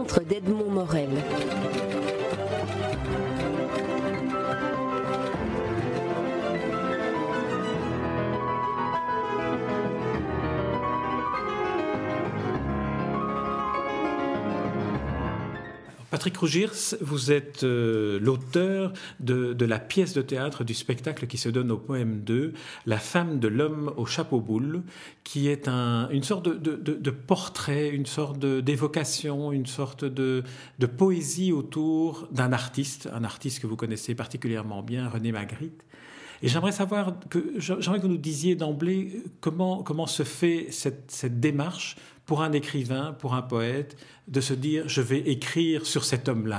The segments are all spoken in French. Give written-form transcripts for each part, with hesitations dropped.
théâtre d'Edmond Morel. Patrick Rougirs, vous êtes l'auteur de la pièce de théâtre du spectacle qui se donne au Poème 2, La femme de l'homme au chapeau boule, qui est une sorte de portrait, une sorte d'évocation, une sorte de poésie autour d'un artiste, un artiste que vous connaissez particulièrement bien, René Magritte. Et j'aimerais que vous nous disiez d'emblée comment se fait cette démarche pour un écrivain, pour un poète, de se dire « je vais écrire sur cet homme-là ».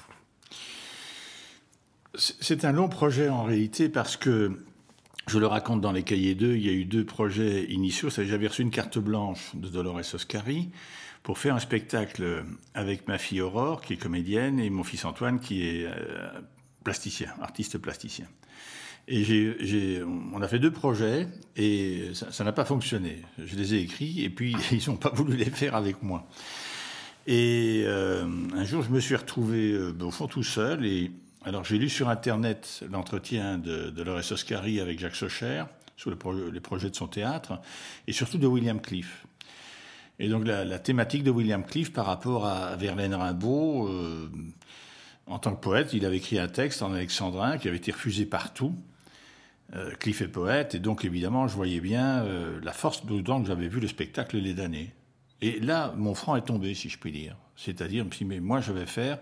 C'est un long projet en réalité parce que, je le raconte dans les cahiers 2, il y a eu 2 projets initiaux. J'avais reçu une carte blanche de Dolores Oscari pour faire un spectacle avec ma fille Aurore, qui est comédienne, et mon fils Antoine, qui est plasticien, artiste plasticien. Et on a fait 2 projets et ça n'a pas fonctionné. Je les ai écrits et puis ils n'ont pas voulu les faire avec moi. Et un jour, je me suis retrouvé au fond tout seul. Et alors, j'ai lu sur Internet l'entretien de Dolores Oscari avec Jacques Socher sur les projets de son théâtre et surtout de William Cliff. Et donc, la thématique de William Cliff par rapport à Verlaine Rimbaud, en tant que poète, il avait écrit un texte en alexandrin qui avait été refusé partout. Cliff est poète, et donc évidemment, je voyais bien la force dedans que j'avais vu le spectacle les damnés. Et là, mon franc est tombé, si je puis dire. C'est-à-dire, je me suis dit, mais moi, je vais faire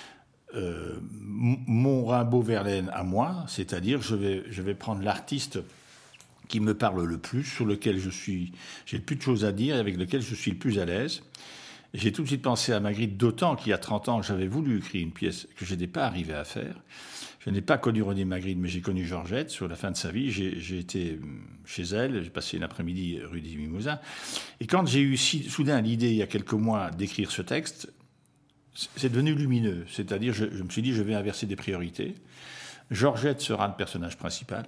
mon Rimbaud-Verlaine à moi, c'est-à-dire, je vais prendre l'artiste qui me parle le plus, sur lequel j'ai le plus de choses à dire et avec lequel je suis le plus à l'aise. J'ai tout de suite pensé à Magritte, d'autant qu'il y a 30 ans, j'avais voulu écrire une pièce que je n'étais pas arrivé à faire. Je n'ai pas connu René Magritte, mais j'ai connu Georgette sur la fin de sa vie. J'ai été chez elle, j'ai passé l'après-midi rue des Mimosins. Et quand j'ai eu soudain l'idée, il y a quelques mois, d'écrire ce texte, c'est devenu lumineux. C'est-à-dire, je me suis dit, je vais inverser des priorités. Georgette sera le personnage principal.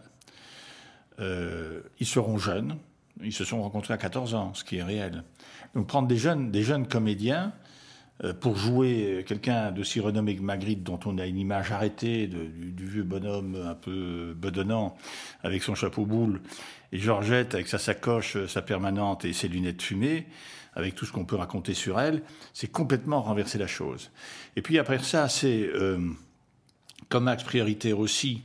Ils seront jeunes. Ils se sont rencontrés à 14 ans, ce qui est réel. Donc prendre des jeunes comédiens pour jouer quelqu'un d'aussi renommé que Magritte, dont on a une image arrêtée du vieux bonhomme un peu bedonnant avec son chapeau boule, et Georgette avec sa sacoche, sa permanente et ses lunettes fumées, avec tout ce qu'on peut raconter sur elle, c'est complètement renverser la chose. Et puis après ça, c'est comme axe prioritaire aussi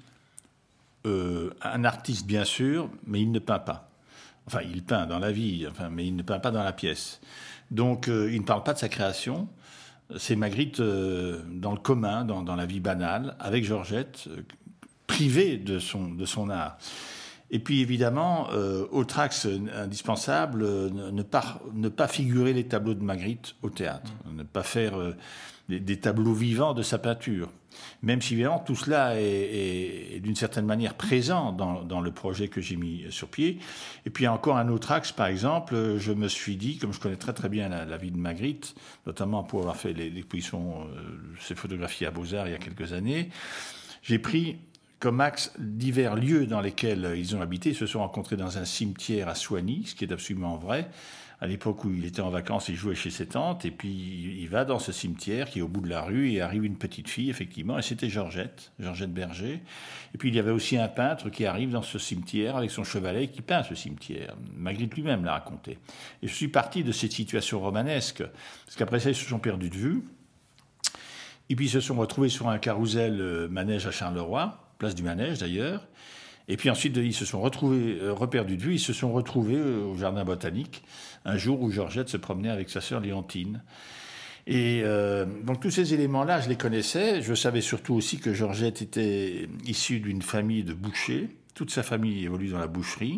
un artiste bien sûr, mais il ne peint pas. Enfin, il peint dans la vie, mais il ne peint pas dans la pièce. Donc, il ne parle pas de sa création. C'est Magritte dans le commun, dans la vie banale, avec Georgette, privée de son art. Et puis, évidemment, autre axe indispensable, ne pas figurer les tableaux de Magritte au théâtre. Ne pas faire des tableaux vivants de sa peinture. Même si, évidemment, tout cela est d'une certaine manière présent dans le projet que j'ai mis sur pied. Et puis, il y a encore un autre axe, par exemple, je me suis dit, comme je connais très très bien la vie de Magritte, notamment pour avoir fait l'exposition, ses photographies à Beaux-Arts il y a quelques années, j'ai pris comme axe divers lieux dans lesquels ils ont habité. Ils se sont rencontrés dans un cimetière à Soigny, ce qui est absolument vrai. À l'époque où il était en vacances, il jouait chez ses tantes, et puis il va dans ce cimetière qui est au bout de la rue, et arrive une petite fille, effectivement, et c'était Georgette Berger. Et puis il y avait aussi un peintre qui arrive dans ce cimetière avec son chevalet qui peint ce cimetière. Magritte lui-même l'a raconté. Et je suis parti de cette situation romanesque, parce qu'après ça, ils se sont perdus de vue, et puis ils se sont retrouvés sur un carrousel manège à Charleroi, place du manège d'ailleurs. Et puis ensuite, ils se sont reperdus de vue, ils se sont retrouvés au jardin botanique, un jour où Georgette se promenait avec sa sœur Léontine. Et donc tous ces éléments-là, je les connaissais. Je savais surtout aussi que Georgette était issue d'une famille de bouchers. Toute sa famille évolue dans la boucherie.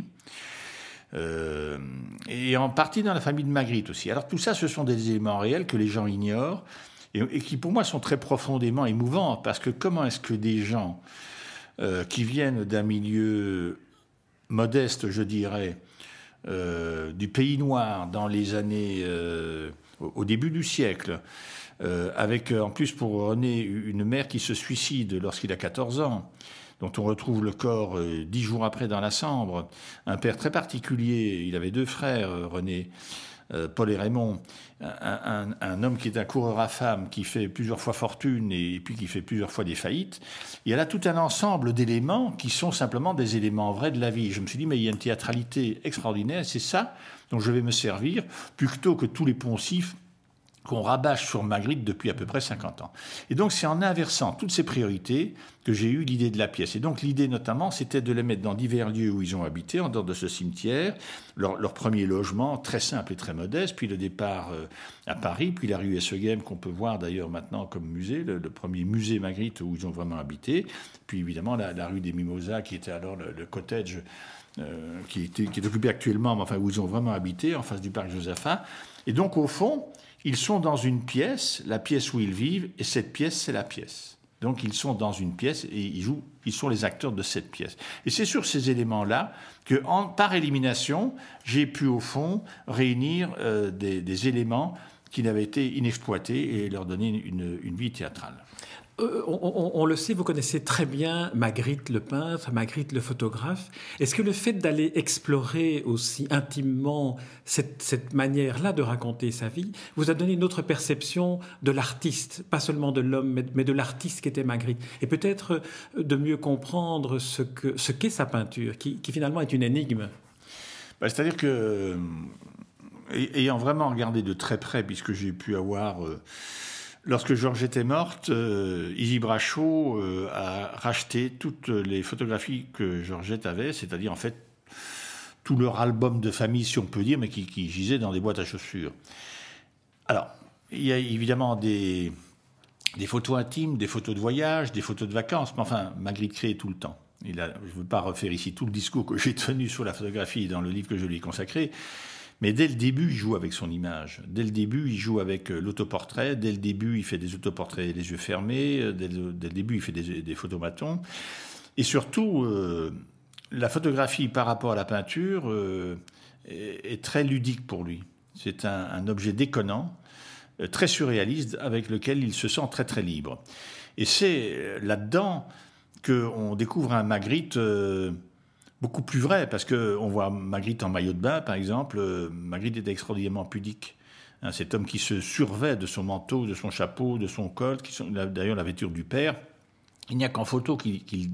Et en partie dans la famille de Magritte aussi. Alors tout ça, ce sont des éléments réels que les gens ignorent et qui pour moi sont très profondément émouvants, parce que comment est-ce que des gens qui viennent d'un milieu modeste, je dirais, du Pays Noir dans les années au début du siècle, avec en plus pour René une mère qui se suicide lorsqu'il a 14 ans, dont on retrouve le corps 10 jours après dans la Sambre, un père très particulier, il avait 2 frères, René, Paul et Raymond, un homme qui est un coureur à femmes, qui fait plusieurs fois fortune et puis qui fait plusieurs fois des faillites. Il y a là tout un ensemble d'éléments qui sont simplement des éléments vrais de la vie. Je me suis dit, mais il y a une théâtralité extraordinaire, c'est ça dont je vais me servir, plutôt que tous les poncifs qu'on rabâche sur Magritte depuis à peu près 50 ans. Et donc, c'est en inversant toutes ces priorités que j'ai eu l'idée de la pièce. Et donc, l'idée, notamment, c'était de les mettre dans divers lieux où ils ont habité, en dehors de ce cimetière, leur premier logement, très simple et très modeste, puis le départ à Paris, puis la rue Esseguem, qu'on peut voir d'ailleurs maintenant comme musée, le premier musée Magritte où ils ont vraiment habité, puis évidemment la rue des Mimosas, qui était alors le cottage qui est occupé actuellement, mais enfin où ils ont vraiment habité, en face du parc Josaphat. Et donc, au fond, ils sont dans une pièce, la pièce où ils vivent, et cette pièce, c'est la pièce. Donc, ils sont dans une pièce et ils sont les acteurs de cette pièce. Et c'est sur ces éléments-là que, par élimination, j'ai pu, au fond, réunir des éléments qui n'avaient été inexploités et leur donner une vie théâtrale. On le sait, vous connaissez très bien Magritte le peintre, Magritte le photographe. Est-ce que le fait d'aller explorer aussi intimement cette manière-là de raconter sa vie vous a donné une autre perception de l'artiste, pas seulement de l'homme, mais de l'artiste qu'était Magritte, et peut-être de mieux comprendre ce qu'est sa peinture, qui finalement est une énigme? C'est-à-dire que, ayant vraiment regardé de très près, puisque j'ai pu avoir... Lorsque Georgette est morte, Izzy Brachot a racheté toutes les photographies que Georgette avait, c'est-à-dire en fait tout leur album de famille, si on peut dire, mais qui gisait dans des boîtes à chaussures. Alors, il y a évidemment des photos intimes, des photos de voyage, des photos de vacances, mais enfin, Magritte crée tout le temps. Je ne veux pas refaire ici tout le discours que j'ai tenu sur la photographie dans le livre que je lui ai consacré, mais dès le début, il joue avec son image. Dès le début, il joue avec l'autoportrait. Dès le début, il fait des autoportraits les yeux fermés. Dès le début, il fait des photomatons. Et surtout, la photographie par rapport à la peinture est très ludique pour lui. C'est un objet déconnant, très surréaliste, avec lequel il se sent très très libre. Et c'est là-dedans qu'on découvre un Magritte... beaucoup plus vrai, parce qu'on voit Magritte en maillot de bain, par exemple. Magritte était extraordinairement pudique. Cet homme qui se survêt de son manteau, de son chapeau, de son col, qui sont d'ailleurs la vêture du père. Il n'y a qu'en photo qu'il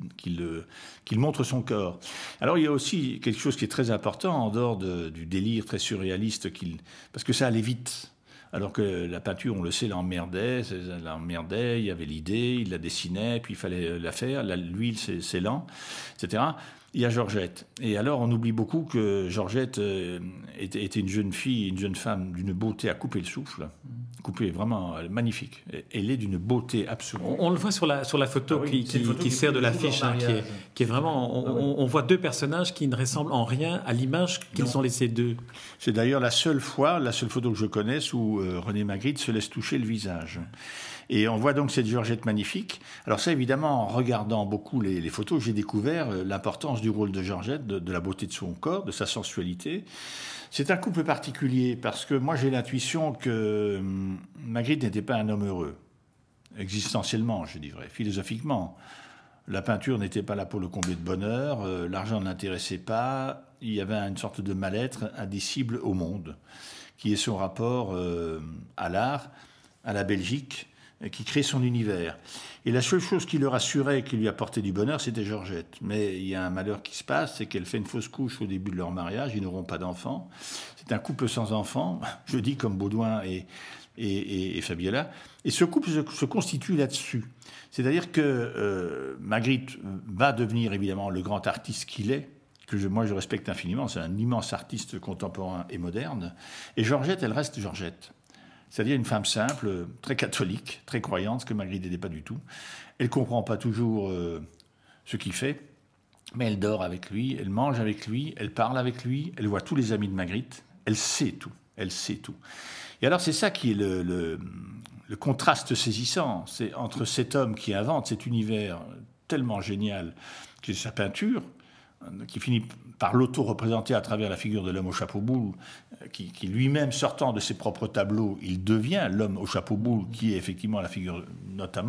montre son corps. Alors il y a aussi quelque chose qui est très important, en dehors du délire très surréaliste, parce que ça allait vite. Alors que la peinture, on le sait, l'emmerdait, il y avait l'idée, il la dessinait, puis il fallait la faire, l'huile, c'est lent, etc. Il y a Georgette. Et alors, on oublie beaucoup que Georgette était une jeune fille, une jeune femme d'une beauté à couper le souffle. Coupée, vraiment magnifique. Elle est d'une beauté absolue. On le voit sur la photo qui sert de l'affiche, qui est vraiment... On voit deux personnages qui ne ressemblent en rien à l'image qu'ils ont laissée d'eux. C'est d'ailleurs la seule photo que je connaisse où René Magritte se laisse toucher le visage. Et on voit donc cette Georgette magnifique. Alors ça, évidemment, en regardant beaucoup les photos, j'ai découvert l'importance du rôle de Georgette, de la beauté de son corps, de sa sensualité. C'est un couple particulier parce que moi, j'ai l'intuition que Magritte n'était pas un homme heureux, existentiellement, je dirais, philosophiquement. La peinture n'était pas là pour le combler de bonheur, l'argent ne l'intéressait pas, il y avait une sorte de mal-être indicible au monde, qui est son rapport à l'art, à la Belgique, qui crée son univers. Et la seule chose qui le rassurait, qui lui apportait du bonheur, c'était Georgette. Mais il y a un malheur qui se passe, c'est qu'elle fait une fausse couche au début de leur mariage, ils n'auront pas d'enfants. C'est un couple sans enfants, je dis comme Baudouin et Fabiola. Et ce couple se constitue là-dessus. C'est-à-dire que Magritte va devenir évidemment le grand artiste qu'il est, que moi je respecte infiniment, c'est un immense artiste contemporain et moderne. Et Georgette, elle reste Georgette. C'est-à-dire une femme simple, très catholique, très croyante, ce que Magritte n'était pas du tout. Elle ne comprend pas toujours ce qu'il fait, mais elle dort avec lui, elle mange avec lui, elle parle avec lui, elle voit tous les amis de Magritte, elle sait tout, elle sait tout. Et alors c'est ça qui est le contraste saisissant, c'est entre cet homme qui invente cet univers tellement génial, qui est sa peinture, qui finit par l'auto-représenter à travers la figure de l'homme au chapeau-boule, qui lui-même, sortant de ses propres tableaux, il devient l'homme au chapeau-boule, qui est effectivement la figure, notamment,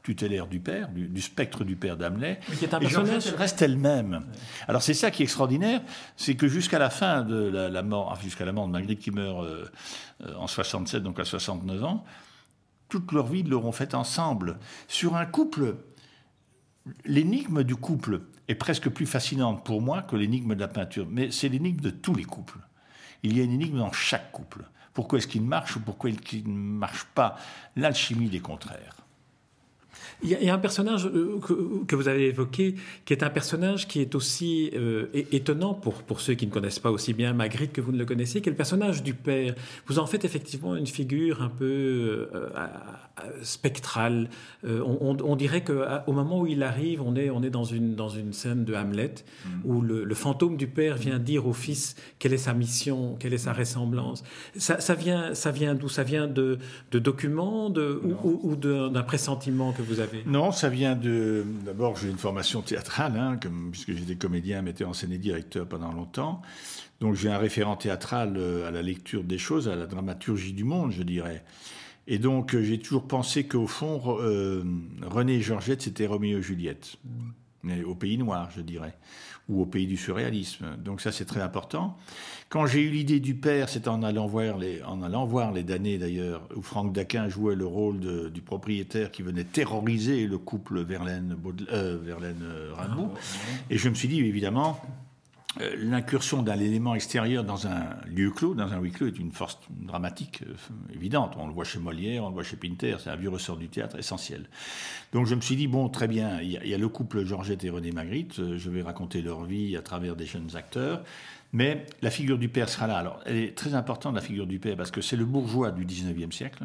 tutélaire du père, du spectre du père d'Hamlet. Qui est un et personnage... elle reste elle-même. Ouais. Alors c'est ça qui est extraordinaire, c'est que jusqu'à la fin de la mort, jusqu'à la mort de Magritte qui meurt en 67, donc à 69 ans, toute leur vie, ils l'auront faite ensemble. Sur un couple, l'énigme du couple est presque plus fascinante pour moi que l'énigme de la peinture. Mais c'est l'énigme de tous les couples. Il y a une énigme dans chaque couple. Pourquoi est-ce qu'il marche ou pourquoi il ne marche pas? L'alchimie des contraires. Il y a un personnage que vous avez évoqué, qui est un personnage qui est aussi étonnant pour ceux qui ne connaissent pas aussi bien Magritte que vous ne le connaissez, qui est le personnage du père. Vous en faites effectivement une figure un peu spectrale. On dirait qu'au moment où il arrive, on est dans une scène de Hamlet, où le fantôme du père vient dire au fils quelle est sa mission, quelle est sa ressemblance. Ça vient d'où? Ça vient de documents ou d'un pressentiment que vous avez? Non, ça vient de... D'abord, j'ai une formation théâtrale, puisque j'étais comédien, metteur en scène et directeur pendant longtemps. Donc j'ai un référent théâtral à la lecture des choses, à la dramaturgie du monde, je dirais. Et donc j'ai toujours pensé qu'au fond, René et Georgette, c'était Roméo et Juliette. Mais au pays noir, je dirais, ou au pays du surréalisme. Donc ça, c'est très important. Quand j'ai eu l'idée du père, c'est en allant voir les damnés, d'ailleurs, où Franck Daquin jouait le rôle du propriétaire qui venait terroriser le couple Verlaine-Rimbaud. Et je me suis dit, évidemment, l'incursion d'un élément extérieur dans un lieu clos, dans un huis clos, est une force dramatique évidente. On le voit chez Molière, on le voit chez Pinter, c'est un vieux ressort du théâtre essentiel. Donc je me suis dit, bon, très bien, il y a le couple Georgette et René Magritte, je vais raconter leur vie à travers des jeunes acteurs, mais la figure du père sera là. Alors, elle est très importante, la figure du père, parce que c'est le bourgeois du 19e siècle,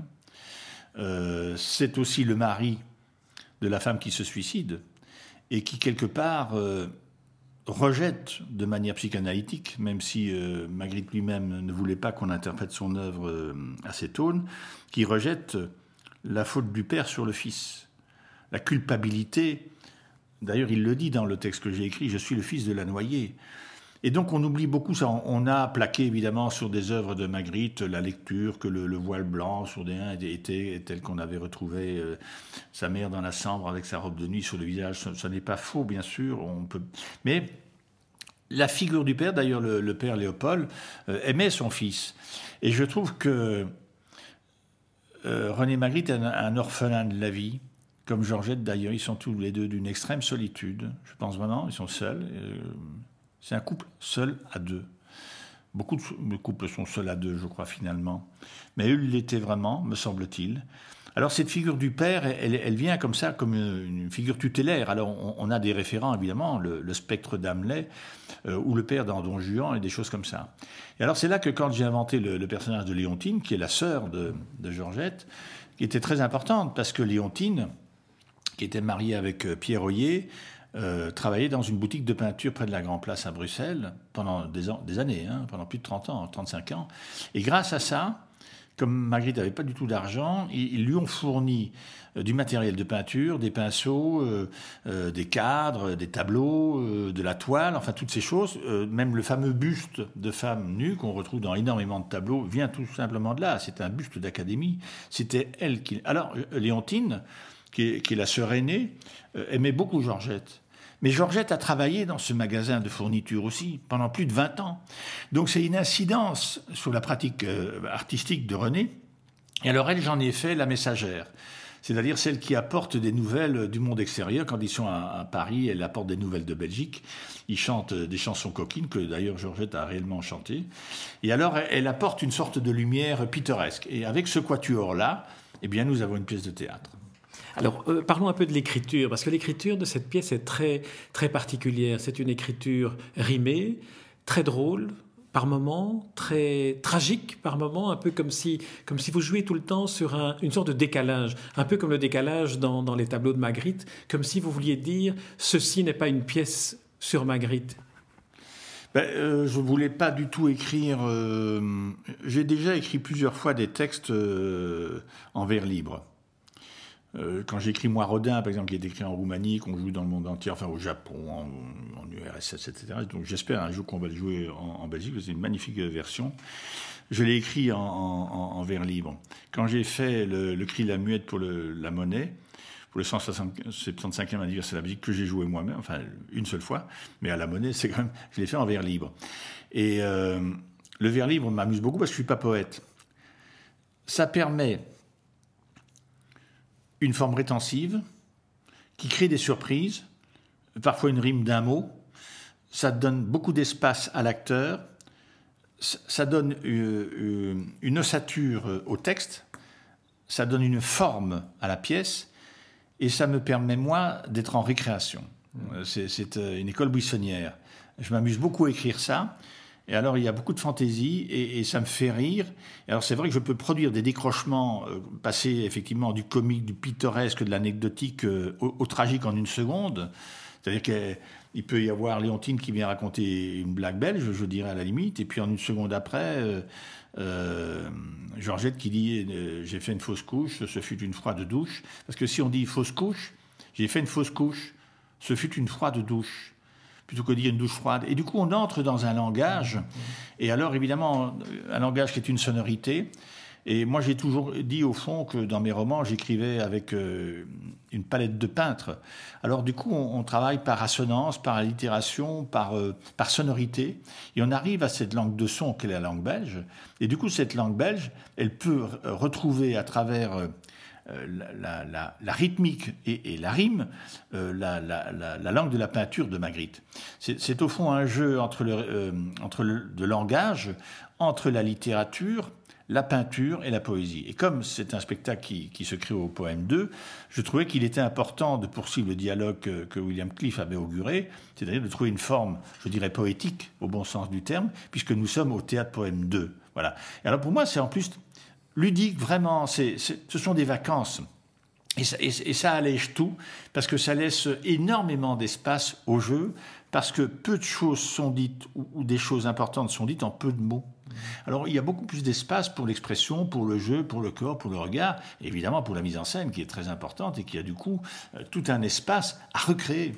c'est aussi le mari de la femme qui se suicide, et qui, quelque part... rejette de manière psychanalytique, même si Magritte lui-même ne voulait pas qu'on interprète son œuvre à cette aune, qui rejette la faute du père sur le fils. La culpabilité, d'ailleurs il le dit dans le texte que j'ai écrit, « Je suis le fils de la noyée ». Et donc on oublie beaucoup ça. On a plaqué évidemment sur des œuvres de Magritte la lecture que le voile blanc sur des uns était tel qu'on avait retrouvé sa mère dans la chambre avec sa robe de nuit sur le visage. Ça n'est pas faux, bien sûr. Mais la figure du père, d'ailleurs le père Léopold, aimait son fils. Et je trouve que René Magritte est un orphelin de la vie. Comme Georgette, d'ailleurs, ils sont tous les deux d'une extrême solitude. Je pense vraiment, ils sont seuls. C'est un couple seul à deux. Beaucoup de couples sont seuls à deux, je crois, finalement. Mais eux, ils l'étaient vraiment, me semble-t-il. Alors, cette figure du père, elle vient comme ça, comme une figure tutélaire. Alors, on a des référents, évidemment, le spectre d'Hamlet, ou le père dans Don Juan, et des choses comme ça. Et alors, c'est là que quand j'ai inventé le personnage de Léontine, qui est la sœur de Georgette, qui était très importante, parce que Léontine, qui était mariée avec Pierre Oyer, travaillait dans une boutique de peinture près de la Grand Place à Bruxelles pendant des années, pendant plus de 30 ans, 35 ans. Et grâce à ça, comme Magritte n'avait pas du tout d'argent, ils lui ont fourni du matériel de peinture, des pinceaux, des cadres, des tableaux, de la toile, enfin toutes ces choses. Même le fameux buste de femme nue qu'on retrouve dans énormément de tableaux vient tout simplement de là. C'est un buste d'Académie. C'était elle qui... Alors, Léontine, qui est la sœur aînée, aimait beaucoup Georgette. Mais Georgette a travaillé dans ce magasin de fourniture aussi pendant plus de 20 ans. Donc c'est une incidence sur la pratique artistique de René. Et alors elle, j'en ai fait la messagère. C'est-à-dire celle qui apporte des nouvelles du monde extérieur. Quand ils sont à Paris, elle apporte des nouvelles de Belgique. Ils chantent des chansons coquines, que d'ailleurs Georgette a réellement chantées. Et alors elle apporte une sorte de lumière pittoresque. Et avec ce quatuor-là, eh bien, nous avons une pièce de théâtre. Alors, parlons un peu de l'écriture, parce que l'écriture de cette pièce est très, très particulière. C'est une écriture rimée, très drôle par moments, très tragique par moments, un peu comme si vous jouiez tout le temps sur une sorte de décalage, un peu comme le décalage dans les tableaux de Magritte, comme si vous vouliez dire « ceci n'est pas une pièce sur Magritte ». Je ne voulais pas du tout écrire... j'ai déjà écrit plusieurs fois des textes en vers libre. Quand j'écris Moi Rodin, par exemple, qui est écrit en Roumanie, qu'on joue dans le monde entier, enfin au Japon, en URSS, etc. Donc j'espère un jour qu'on va le jouer en Belgique, c'est une magnifique version. Je l'ai écrit en vers libre. Quand j'ai fait le cri de la muette pour la monnaie, pour le 175e anniversaire de la musique que j'ai joué moi-même, enfin une seule fois, mais à la Monnaie, c'est quand même, je l'ai fait en vers libre. Et le vers libre m'amuse beaucoup parce que je ne suis pas poète. Ça permet une forme rétensive qui crée des surprises, parfois une rime d'un mot. Ça donne beaucoup d'espace à l'acteur, ça donne une ossature au texte, ça donne une forme à la pièce, et ça me permet, moi, d'être en récréation. C'est une école buissonnière. Je m'amuse beaucoup à écrire ça, et alors il y a beaucoup de fantaisie, et ça me fait rire. Et alors c'est vrai que je peux produire des décrochements, passer effectivement du comique, du pittoresque, de l'anecdotique au tragique en une seconde. C'est-à-dire qu'il peut y avoir Léontine qui vient raconter une blague belge, je dirais à la limite, et puis en une seconde après, Georgette qui dit j'ai fait une fausse couche, ce fut une froide douche. Parce que si on dit fausse couche, j'ai fait une fausse couche, ce fut une froide douche, plutôt que de dire une douche froide. Et du coup, on entre dans un langage, et alors évidemment, un langage qui est une sonorité. Et moi, j'ai toujours dit, au fond, que dans mes romans, j'écrivais avec une palette de peintres. Alors, du coup, on travaille par assonance, par allitération, par sonorité. Et on arrive à cette langue de son qu'est la langue belge. Et du coup, cette langue belge, elle peut retrouver à travers la rythmique et la rime, la langue de la peinture de Magritte. C'est au fond un jeu de langage, entre la littérature, la peinture et la poésie. Et comme c'est un spectacle qui se crée au Poème 2, je trouvais qu'il était important de poursuivre le dialogue que William Cliff avait auguré, c'est-à-dire de trouver une forme, je dirais, poétique, au bon sens du terme, puisque nous sommes au Théâtre Poème 2. Voilà. Et alors pour moi, c'est en plus ludique, vraiment, ce sont des vacances. Et ça allège tout, parce que ça laisse énormément d'espace au jeu, parce que peu de choses sont dites, ou des choses importantes sont dites en peu de mots. Alors il y a beaucoup plus d'espace pour l'expression, pour le jeu, pour le corps, pour le regard, et évidemment pour la mise en scène qui est très importante et qui a du coup tout un espace à recréer.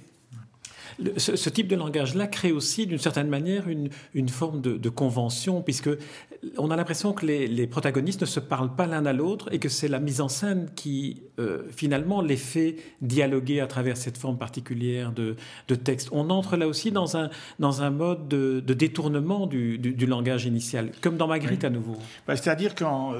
Ce type de langage-là crée aussi, d'une certaine manière, une forme de convention, puisque on a l'impression que les protagonistes ne se parlent pas l'un à l'autre et que c'est la mise en scène qui, finalement, les fait dialoguer à travers cette forme particulière de texte. On entre là aussi dans un mode de détournement du langage initial, comme dans Magritte à nouveau. C'est-à-dire quand,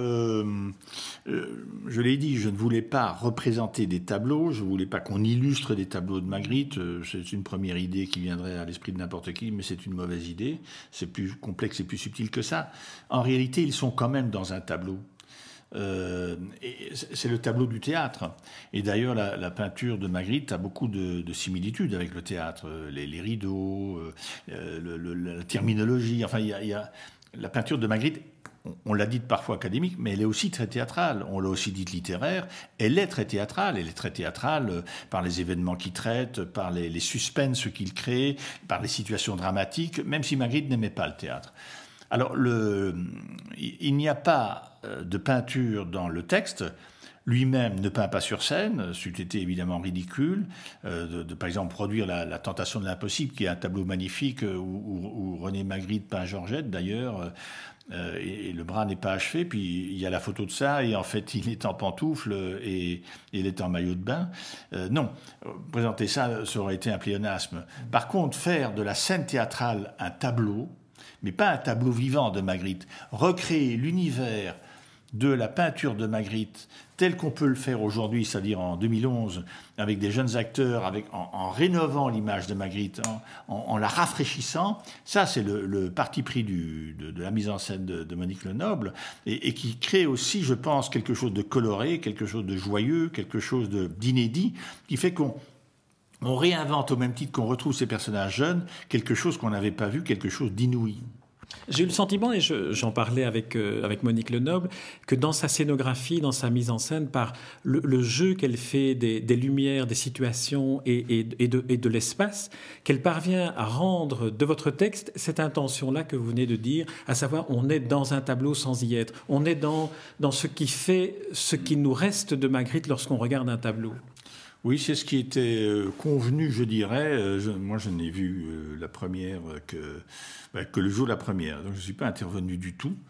je l'ai dit, je ne voulais pas représenter des tableaux, je ne voulais pas qu'on illustre des tableaux de Magritte, c'est une première idée qui viendrait à l'esprit de n'importe qui, mais c'est une mauvaise idée, c'est plus complexe et plus subtil que ça. En réalité, ils sont quand même dans un tableau. Et c'est le tableau du théâtre. Et d'ailleurs, la peinture de Magritte a beaucoup de similitudes avec le théâtre. Les rideaux, la terminologie. Enfin, il y a la peinture de Magritte. On l'a dite parfois académique, mais elle est aussi très théâtrale. On l'a aussi dite littéraire. Elle est très théâtrale. Elle est très théâtrale par les événements qu'il traite, par les suspens qu'il crée, par les situations dramatiques, même si Magritte n'aimait pas le théâtre. Alors, il n'y a pas de peinture dans le texte. Lui-même ne peint pas sur scène, c'eût été évidemment ridicule, par exemple, produire la tentation de l'impossible, qui est un tableau magnifique où René Magritte peint Georgette, d'ailleurs, et le bras n'est pas achevé, puis il y a la photo de ça, et en fait, il est en pantoufles et il est en maillot de bain. Non, présenter ça aurait été un pléonasme. Par contre, faire de la scène théâtrale un tableau, mais pas un tableau vivant de Magritte, recréer l'univers de la peinture de Magritte tel qu'on peut le faire aujourd'hui, c'est-à-dire en 2011, avec des jeunes acteurs, en rénovant l'image de Magritte, en la rafraîchissant, ça c'est le parti pris de la mise en scène de Monique Lenoble, et qui crée aussi, je pense, quelque chose de coloré, quelque chose de joyeux, quelque chose d'inédit, qui fait qu'on réinvente, au même titre qu'on retrouve ces personnages jeunes, quelque chose qu'on n'avait pas vu, quelque chose d'inouï. J'ai eu le sentiment, et j'en parlais avec Monique Lenoble, que dans sa scénographie, dans sa mise en scène, par le jeu qu'elle fait des lumières, des situations et de l'espace, qu'elle parvient à rendre de votre texte cette intention-là que vous venez de dire, à savoir on est dans un tableau sans y être, on est dans ce qui fait ce qui nous reste de Magritte lorsqu'on regarde un tableau. Oui, c'est ce qui était convenu, je dirais. Moi, je n'ai vu la première que le jour de la première. Donc, je ne suis pas intervenu du tout.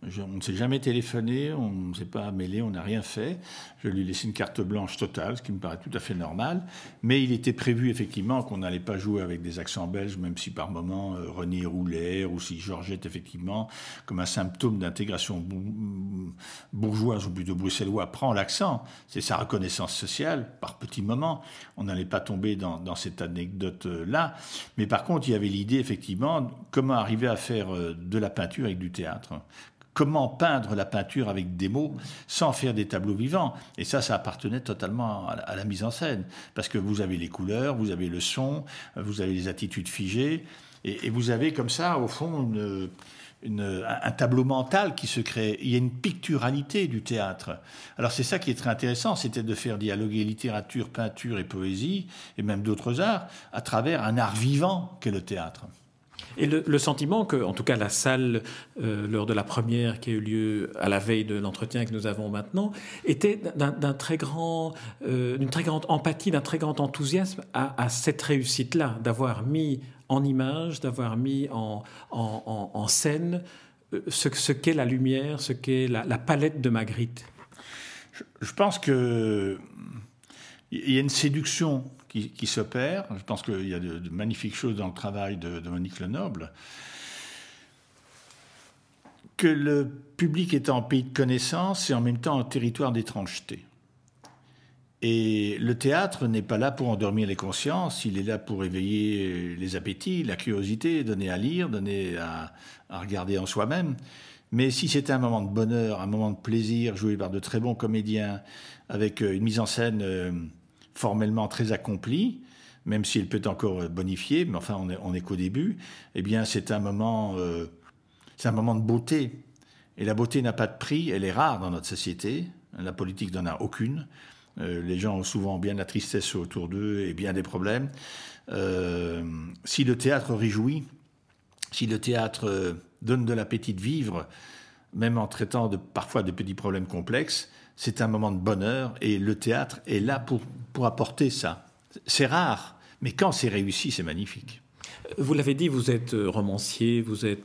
On ne s'est jamais téléphoné, on ne s'est pas mêlé, on n'a rien fait. Je lui ai laissé une carte blanche totale, ce qui me paraît tout à fait normal. Mais il était prévu effectivement qu'on n'allait pas jouer avec des accents belges, même si par moments René roulait, ou si Georgette effectivement, comme un symptôme d'intégration bourgeoise ou plutôt bruxellois, prend l'accent. C'est sa reconnaissance sociale, par petits moments. On n'allait pas tomber dans cette anecdote-là. Mais par contre, il y avait l'idée effectivement, comment arriver à faire de la peinture avec du théâtre. Comment peindre la peinture avec des mots sans faire des tableaux vivants. Et ça appartenait totalement à la mise en scène. Parce que vous avez les couleurs, vous avez le son, vous avez les attitudes figées, et vous avez comme ça, au fond, un tableau mental qui se crée. Il y a une picturalité du théâtre. Alors c'est ça qui est très intéressant, c'était de faire dialoguer littérature, peinture et poésie, et même d'autres arts, à travers un art vivant qu'est le théâtre. Et le sentiment que, en tout cas, la salle, lors de la première qui a eu lieu à la veille de l'entretien que nous avons maintenant, était d'une très grande empathie, d'un très grand enthousiasme à cette réussite-là, d'avoir mis en image, d'avoir mis en scène ce qu'est la lumière, ce qu'est la palette de Magritte. Je pense qu'il y a une séduction qui s'opère. Je pense qu'il y a de magnifiques choses dans le travail de Monique Lenoble. Que le public est en pays de connaissance et en même temps en territoire d'étrangeté. Et le théâtre n'est pas là pour endormir les consciences, il est là pour éveiller les appétits, la curiosité, donner à lire, donner à regarder en soi-même. Mais si c'était un moment de bonheur, un moment de plaisir, joué par de très bons comédiens, avec une mise en scène formellement très accomplie, même si elle peut encore bonifier, mais enfin on est qu'au début, eh bien c'est un moment de beauté. Et la beauté n'a pas de prix, elle est rare dans notre société, la politique n'en a aucune. Les gens ont souvent bien de la tristesse autour d'eux et bien des problèmes. Si le théâtre réjouit, si le théâtre donne de l'appétit de vivre, même en traitant parfois de petits problèmes complexes, c'est un moment de bonheur et le théâtre est là pour apporter ça. C'est rare, mais quand c'est réussi, c'est magnifique. Vous l'avez dit, vous êtes romancier, vous avez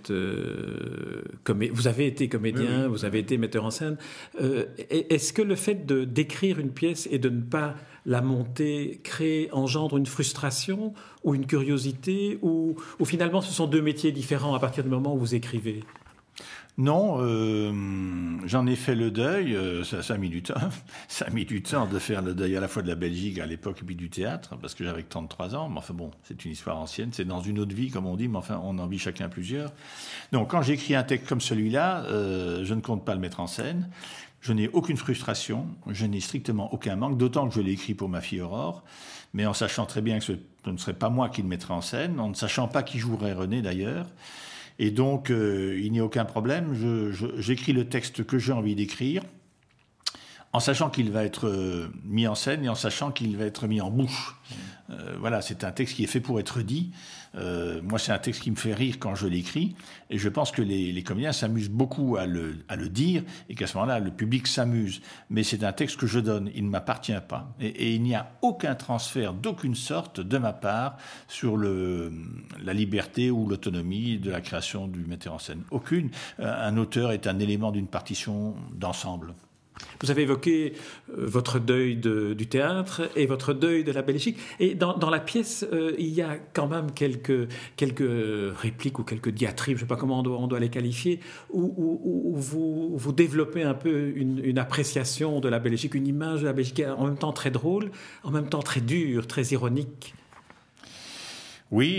été comédien, oui. Vous avez été metteur en scène. Est-ce que le fait d'écrire une pièce et de ne pas la monter engendre une frustration ou une curiosité ou finalement ce sont deux métiers différents à partir du moment où vous écrivez ? Non, j'en ai fait le deuil, ça a mis du temps. Ça a mis du temps de faire le deuil à la fois de la Belgique à l'époque et puis du théâtre, parce que j'avais 33 ans, mais enfin bon, c'est une histoire ancienne, c'est dans une autre vie comme on dit, mais enfin on en vit chacun plusieurs. Donc quand j'écris un texte comme celui-là, je ne compte pas le mettre en scène, je n'ai aucune frustration, je n'ai strictement aucun manque, d'autant que je l'ai écrit pour ma fille Aurore, mais en sachant très bien que ce ne serait pas moi qui le mettrais en scène, en ne sachant pas qui jouerait René d'ailleurs. Et donc, il n'y a aucun problème. J'écris le texte que j'ai envie d'écrire, en sachant qu'il va être mis en scène et en sachant qu'il va être mis en bouche. Voilà, c'est un texte qui est fait pour être dit. Moi, c'est un texte qui me fait rire quand je l'écris. Et je pense que les comédiens s'amusent beaucoup à le dire et qu'à ce moment-là, le public s'amuse. Mais c'est un texte que je donne. Il ne m'appartient pas. Et il n'y a aucun transfert d'aucune sorte de ma part sur la liberté ou l'autonomie de la création du metteur en scène. Aucune. Un auteur est un élément d'une partition d'ensemble. Vous avez évoqué votre deuil du théâtre et votre deuil de la Belgique. Et dans la pièce, il y a quand même quelques répliques ou quelques diatribes, je ne sais pas comment on doit les qualifier, où vous développez un peu une appréciation de la Belgique, une image de la Belgique en même temps très drôle, en même temps très dure, très ironique. Oui,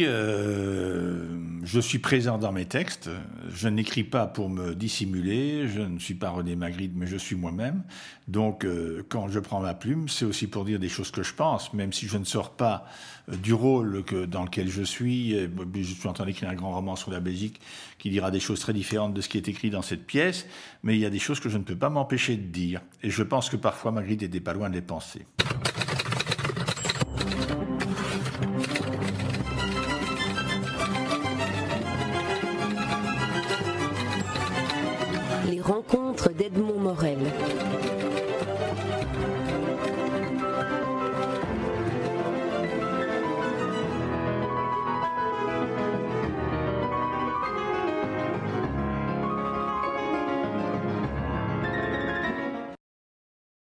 je suis présent dans mes textes. Je n'écris pas pour me dissimuler. Je ne suis pas René Magritte, mais je suis moi-même. Donc, quand je prends ma plume, c'est aussi pour dire des choses que je pense, même si je ne sors pas du rôle dans lequel je suis. Je suis en train d'écrire un grand roman sur la Belgique qui dira des choses très différentes de ce qui est écrit dans cette pièce, mais il y a des choses que je ne peux pas m'empêcher de dire. Et je pense que parfois Magritte n'était pas loin de les penser. Les rencontres d'Edmond Morel.